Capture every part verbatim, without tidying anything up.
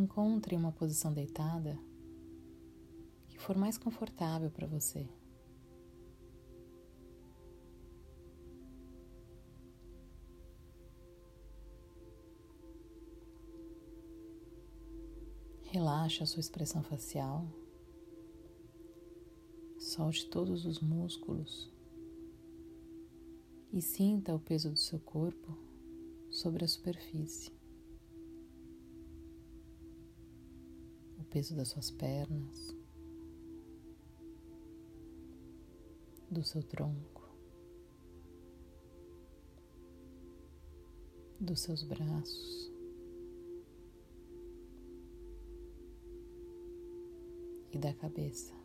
Encontre uma posição deitada que for mais confortável para você. Relaxe a sua expressão facial. Solte todos os músculos e sinta o peso do seu corpo sobre a superfície. O peso das suas pernas, do seu tronco, dos seus braços e da cabeça.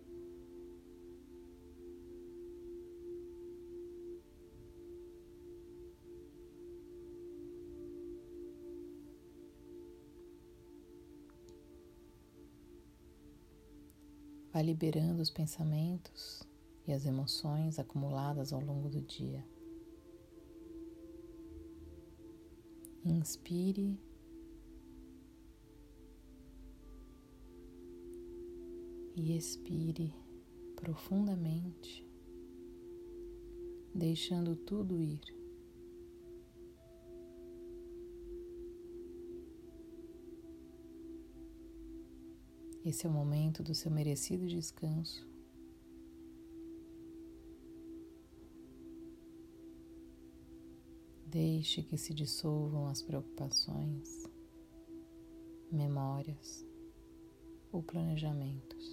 Vai liberando os pensamentos e as emoções acumuladas ao longo do dia. Inspire e expire profundamente, deixando tudo ir. Esse é o momento do seu merecido descanso. Deixe que se dissolvam as preocupações, memórias ou planejamentos.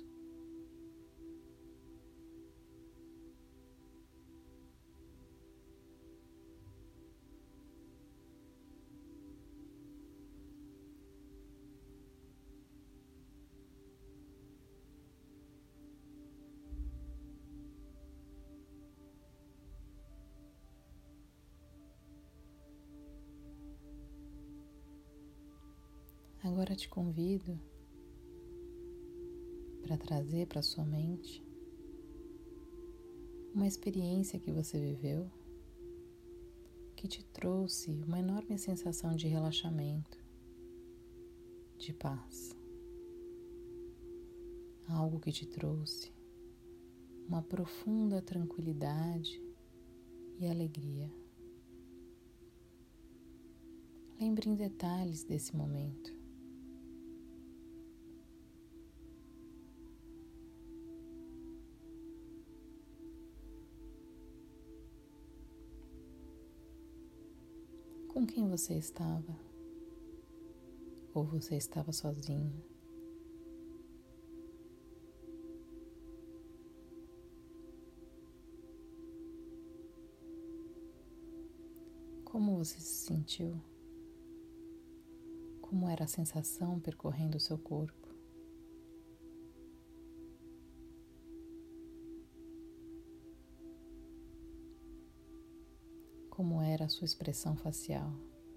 Agora te convido para trazer para sua mente uma experiência que você viveu que te trouxe uma enorme sensação de relaxamento, de paz. Algo que te trouxe uma profunda tranquilidade e alegria. Lembre em detalhes desse momento. Com quem você estava? Ou você estava sozinho? Como você se sentiu? Como era a sensação percorrendo o seu corpo? Como era a sua expressão facial?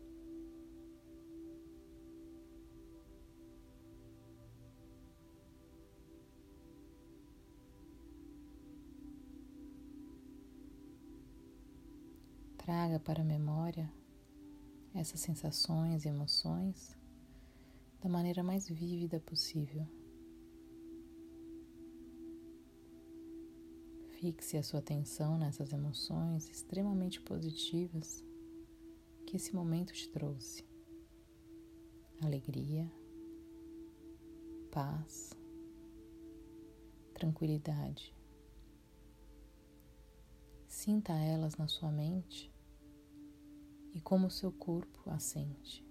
Traga para a memória essas sensações e emoções da maneira mais vívida possível. Fixe a sua atenção nessas emoções extremamente positivas que esse momento te trouxe. Alegria, paz, tranquilidade. Sinta elas na sua mente e como o seu corpo as sente.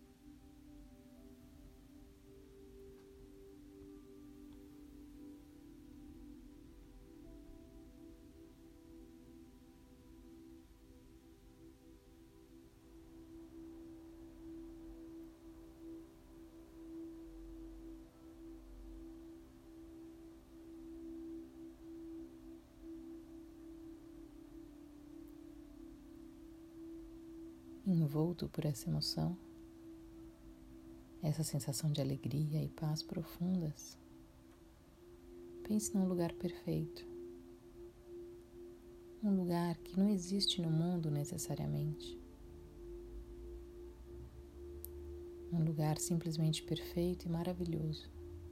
Envolto por essa emoção, essa sensação de alegria e paz profundas, pense num lugar perfeito, um lugar que não existe no mundo necessariamente, Um lugar simplesmente perfeito e maravilhoso.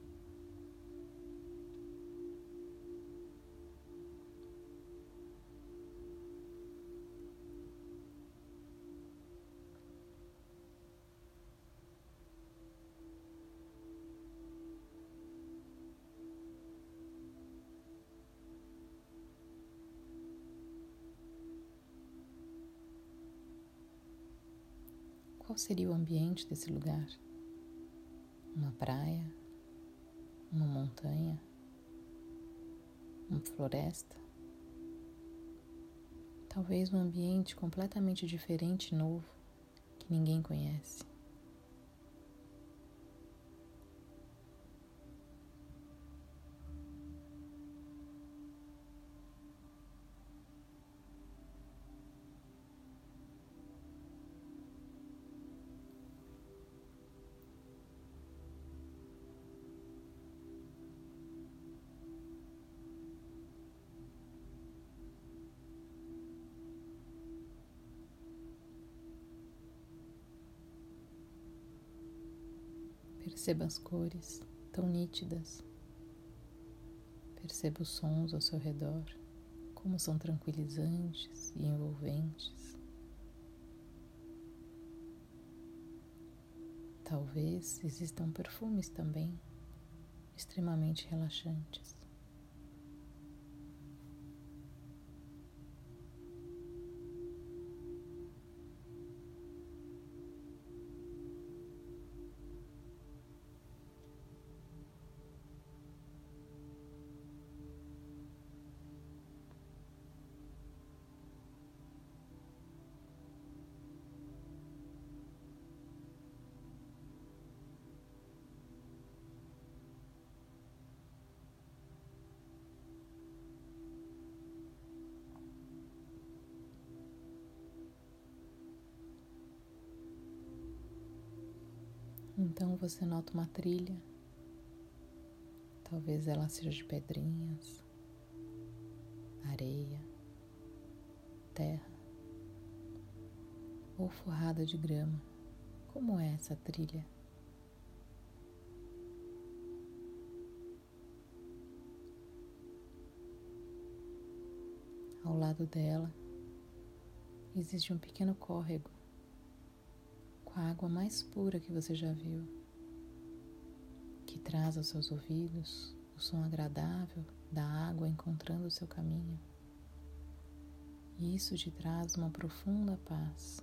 Qual seria o ambiente desse lugar? Uma praia? Uma montanha? Uma floresta? Talvez um ambiente completamente diferente e novo que ninguém conhece. Perceba as cores tão nítidas. Perceba os sons ao seu redor, como são tranquilizantes e envolventes. Talvez existam perfumes também, extremamente relaxantes. Então você nota uma trilha, talvez ela seja de pedrinhas, areia, terra ou forrada de grama. Como é essa trilha? Ao lado dela existe um pequeno córrego com a água mais pura que você já viu, que traz aos seus ouvidos o som agradável da água encontrando o seu caminho. E isso te traz uma profunda paz.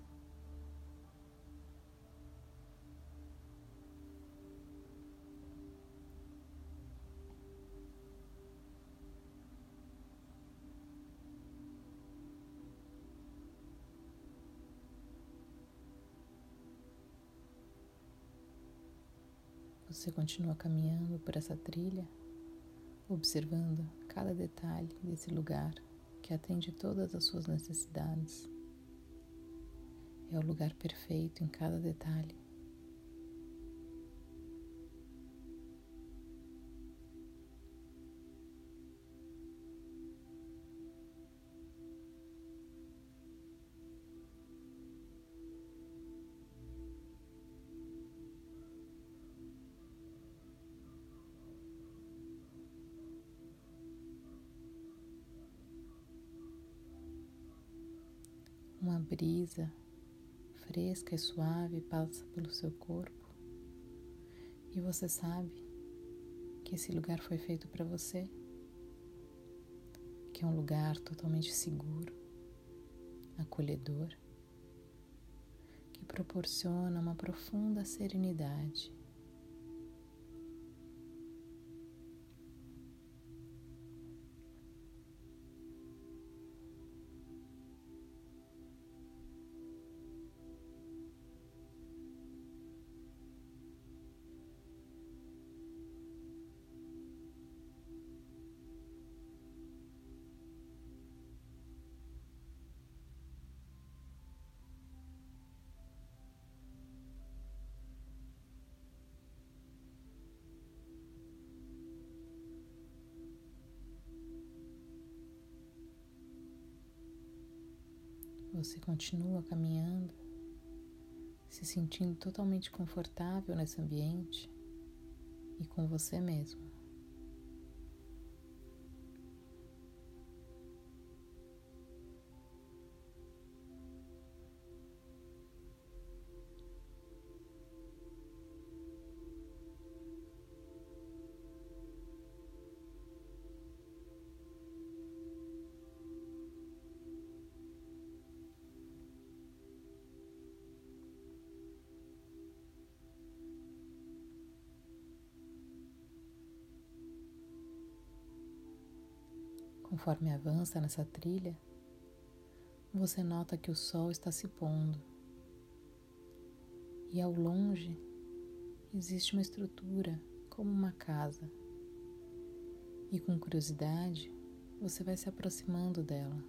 Você continua caminhando por essa trilha, observando cada detalhe desse lugar que atende todas as suas necessidades. É o lugar perfeito em cada detalhe. Uma brisa fresca e suave passa pelo seu corpo e você sabe que esse lugar foi feito para você, que é um lugar totalmente seguro, acolhedor, que proporciona uma profunda serenidade. Você continua caminhando, se sentindo totalmente confortável nesse ambiente e com você mesmo. Conforme avança nessa trilha, você nota que o sol está se pondo e ao longe existe uma estrutura como uma casa e com curiosidade você vai se aproximando dela.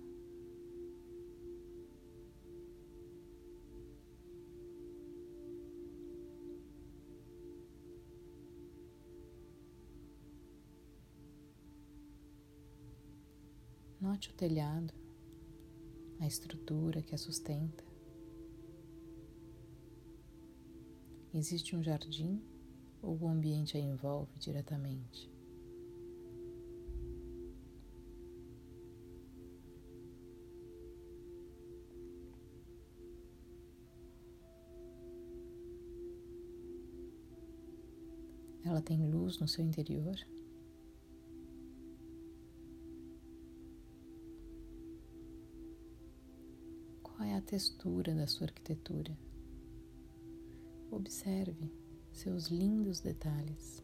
Note o telhado, a estrutura que a sustenta. Existe um jardim ou o ambiente a envolve diretamente? Ela tem luz no seu interior? Qual é a textura da sua arquitetura? Observe seus lindos detalhes.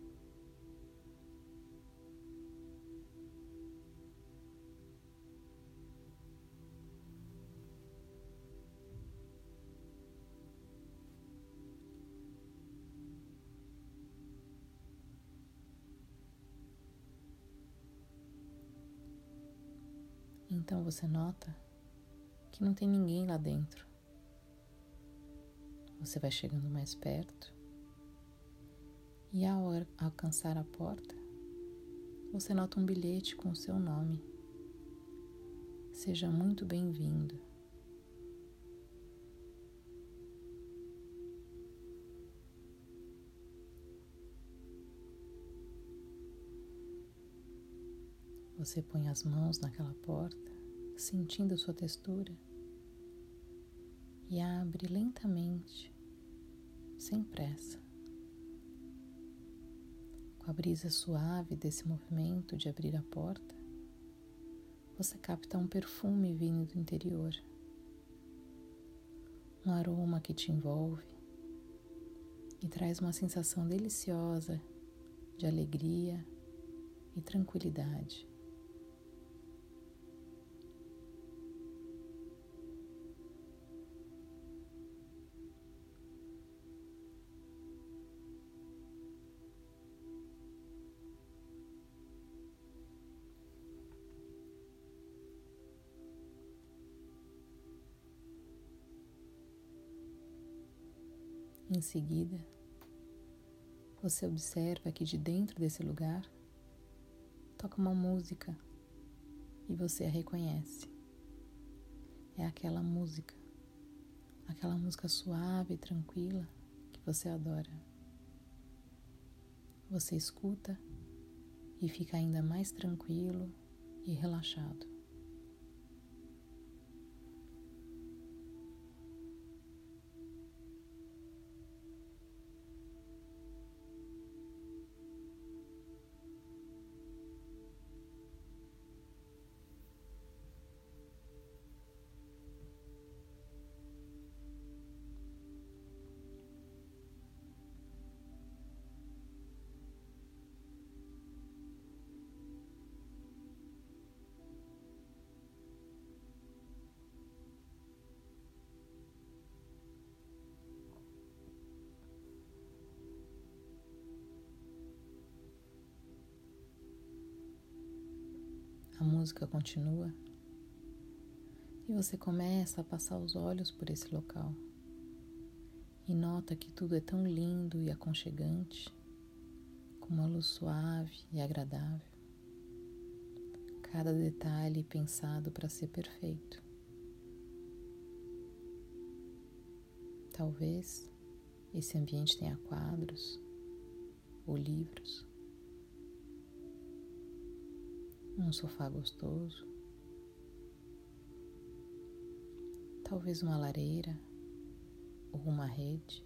Então você nota que não tem ninguém lá dentro. Você vai chegando mais perto e ao alcançar a porta, você nota um bilhete com o seu nome. Seja muito bem-vindo. Você põe as mãos naquela porta, sentindo a sua textura, e abre lentamente, sem pressa. Com a brisa suave desse movimento de abrir a porta, você capta um perfume vindo do interior, um aroma que te envolve e traz uma sensação deliciosa de alegria e tranquilidade. Em seguida, você observa que de dentro desse lugar toca uma música e você a reconhece. É aquela música, aquela música suave e tranquila que você adora. Você escuta e fica ainda mais tranquilo e relaxado. A música continua e você começa a passar os olhos por esse local e nota que tudo é tão lindo e aconchegante, com uma luz suave e agradável, cada detalhe pensado para ser perfeito. Talvez esse ambiente tenha quadros ou livros, um sofá gostoso, talvez uma lareira ou uma rede.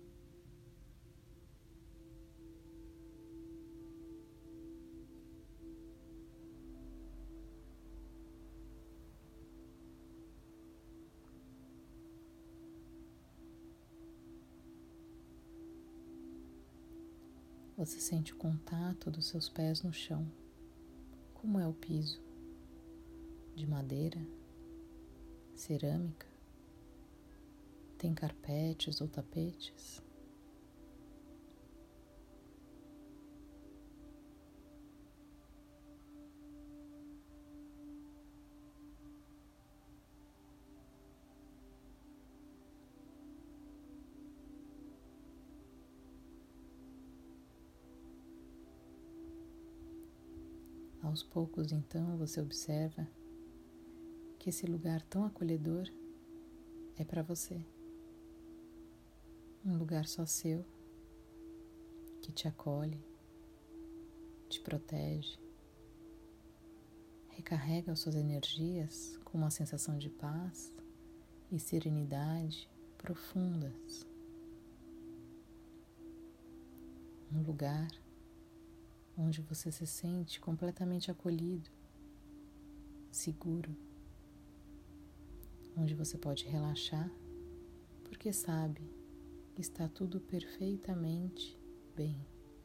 Você sente o contato dos seus pés no chão. Como é o piso? De madeira? Cerâmica? Tem carpetes ou tapetes? Aos poucos, então, você observa que esse lugar tão acolhedor é para você. Um lugar só seu, que te acolhe, te protege, recarrega as suas energias com uma sensação de paz e serenidade profundas. Um lugar onde você se sente completamente acolhido, seguro, onde você pode relaxar, porque sabe que está tudo perfeitamente bem.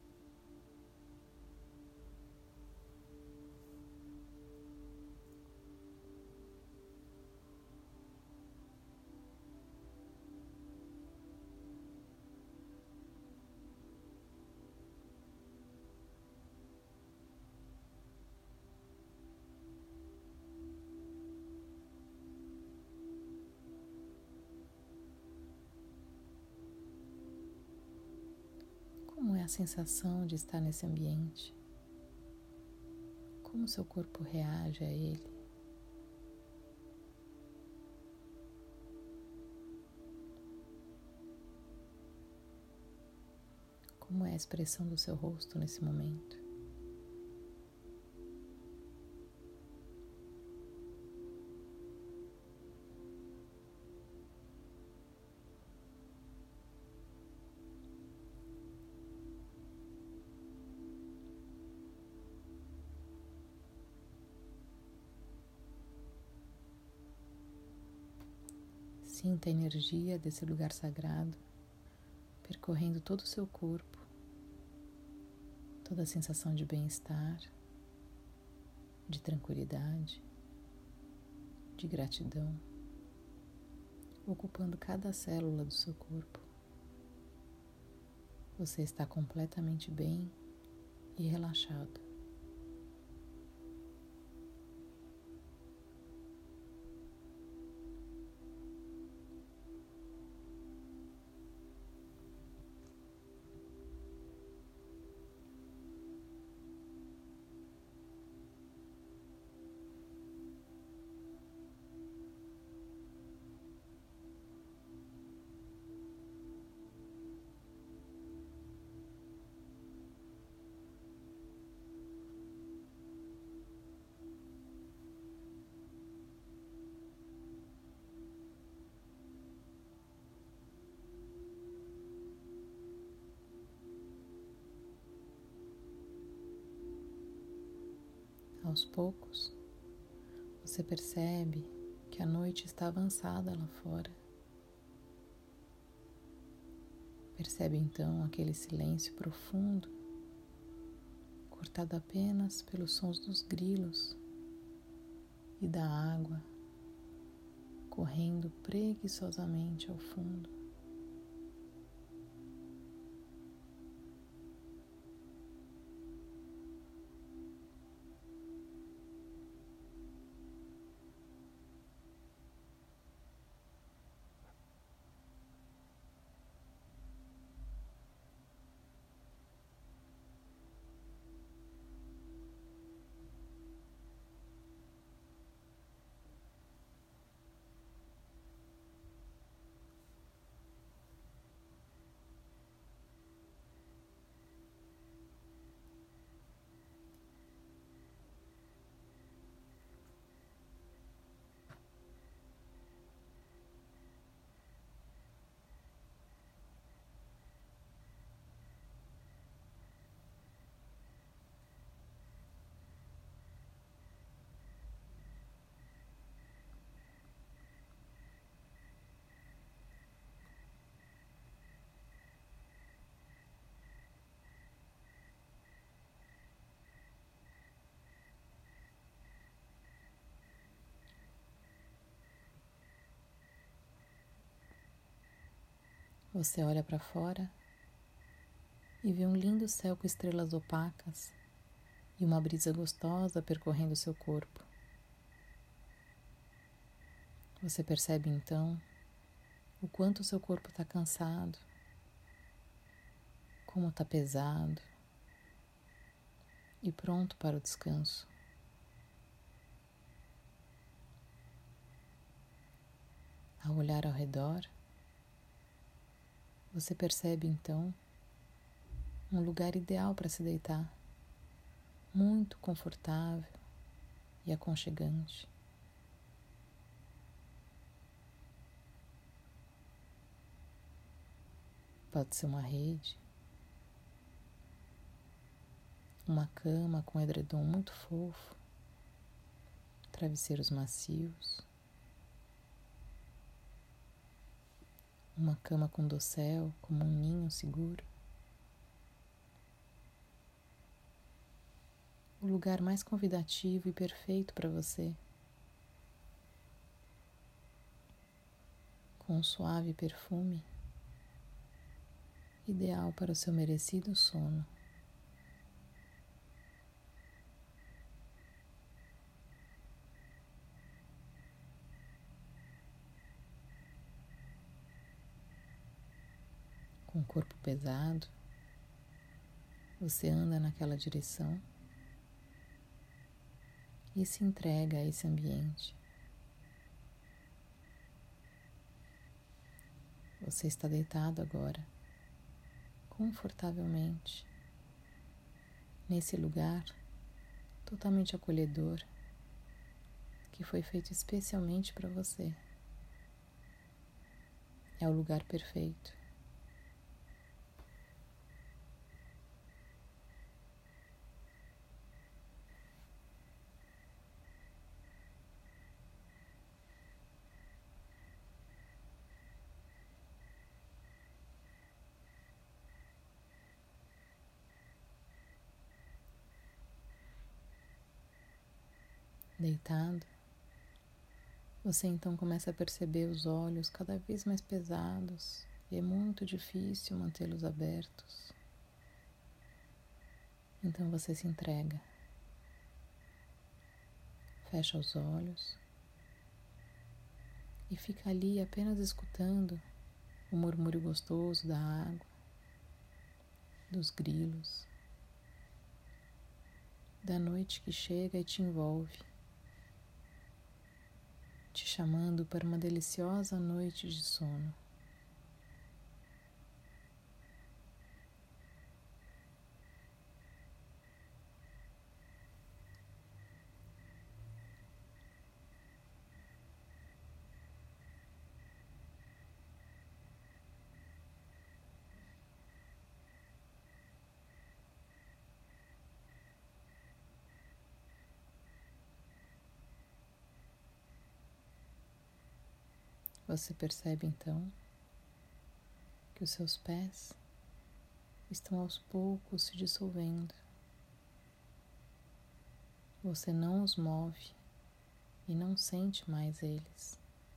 Como é a sensação de estar nesse ambiente? Como seu corpo reage a ele? Como é a expressão do seu rosto nesse momento? Sinta a energia desse lugar sagrado percorrendo todo o seu corpo, toda a sensação de bem-estar, de tranquilidade, de gratidão, ocupando cada célula do seu corpo. Você está completamente bem e relaxado. Aos poucos, você percebe que a noite está avançada lá fora. Percebe então aquele silêncio profundo, cortado apenas pelos sons dos grilos e da água correndo preguiçosamente ao fundo. Você olha para fora e vê um lindo céu com estrelas opacas e uma brisa gostosa percorrendo seu corpo. Você percebe então o quanto seu corpo está cansado, como está pesado e pronto para o descanso. Ao olhar ao redor, você percebe então um lugar ideal para se deitar, muito confortável e aconchegante. Pode ser uma rede, uma cama com edredom muito fofo, travesseiros macios, uma cama com dossel como um ninho seguro. O lugar mais convidativo e perfeito para você, com um suave perfume, ideal para o seu merecido sono. Com o corpo pesado, você anda naquela direção e se entrega a esse ambiente. Você está deitado agora, confortavelmente, nesse lugar totalmente acolhedor que foi feito especialmente para você. É o lugar perfeito. Deitado, você então começa a perceber os olhos cada vez mais pesados e é muito difícil mantê-los abertos. Então você se entrega, fecha os olhos e fica ali apenas escutando o murmúrio gostoso da água, dos grilos, da noite que chega e te envolve, te chamando para uma deliciosa noite de sono. Você percebe então que os seus pés estão aos poucos se dissolvendo. Você não os move e não sente mais eles,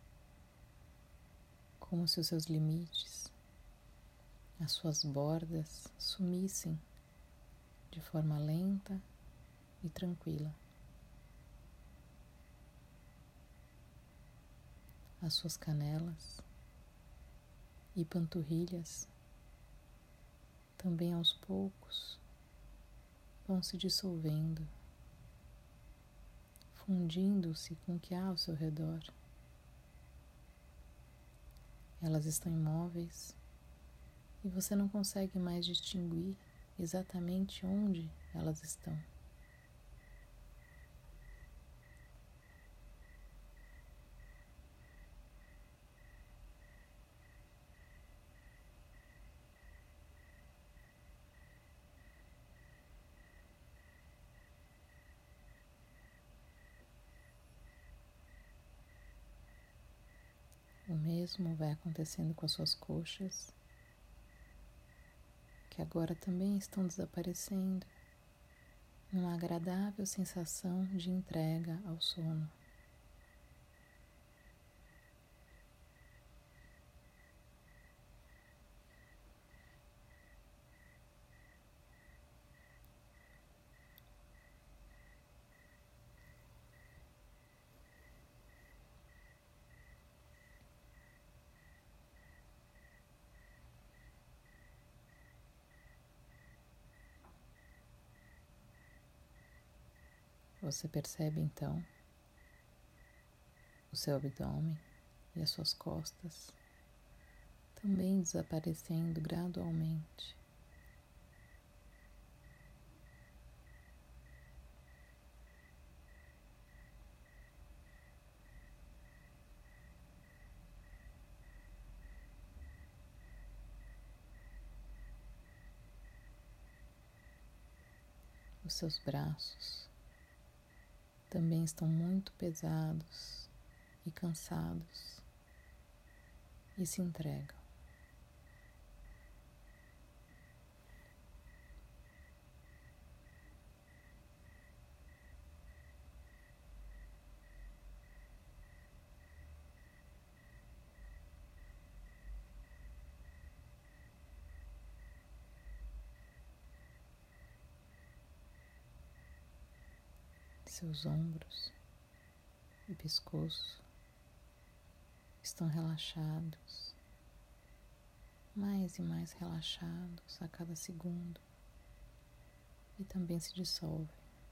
como se os seus limites, as suas bordas sumissem de forma lenta e tranquila. As suas canelas e panturrilhas também aos poucos vão se dissolvendo, fundindo-se com o que há ao seu redor. Elas estão imóveis e você não consegue mais distinguir exatamente onde elas estão. O mesmo vai acontecendo com as suas coxas, que agora também estão desaparecendo numa agradável sensação de entrega ao sono. Você percebe então o seu abdômen e as suas costas também desaparecendo gradualmente. Os seus braços também estão muito pesados e cansados e se entregam. Seus ombros e pescoço estão relaxados, mais e mais relaxados a cada segundo, e também se dissolvem.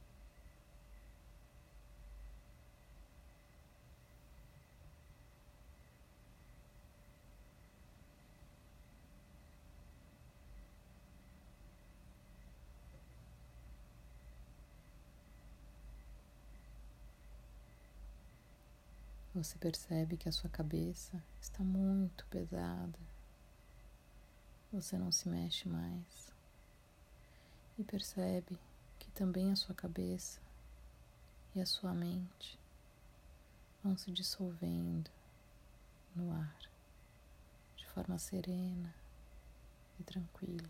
Você percebe que a sua cabeça está muito pesada. Você não se mexe mais. E percebe que também a sua cabeça e a sua mente vão se dissolvendo no ar, de forma serena e tranquila.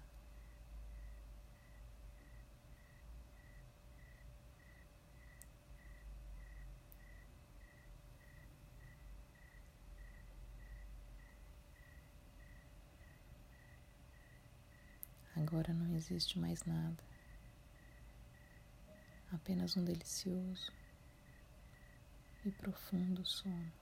Agora não existe mais nada, apenas um delicioso e profundo sono.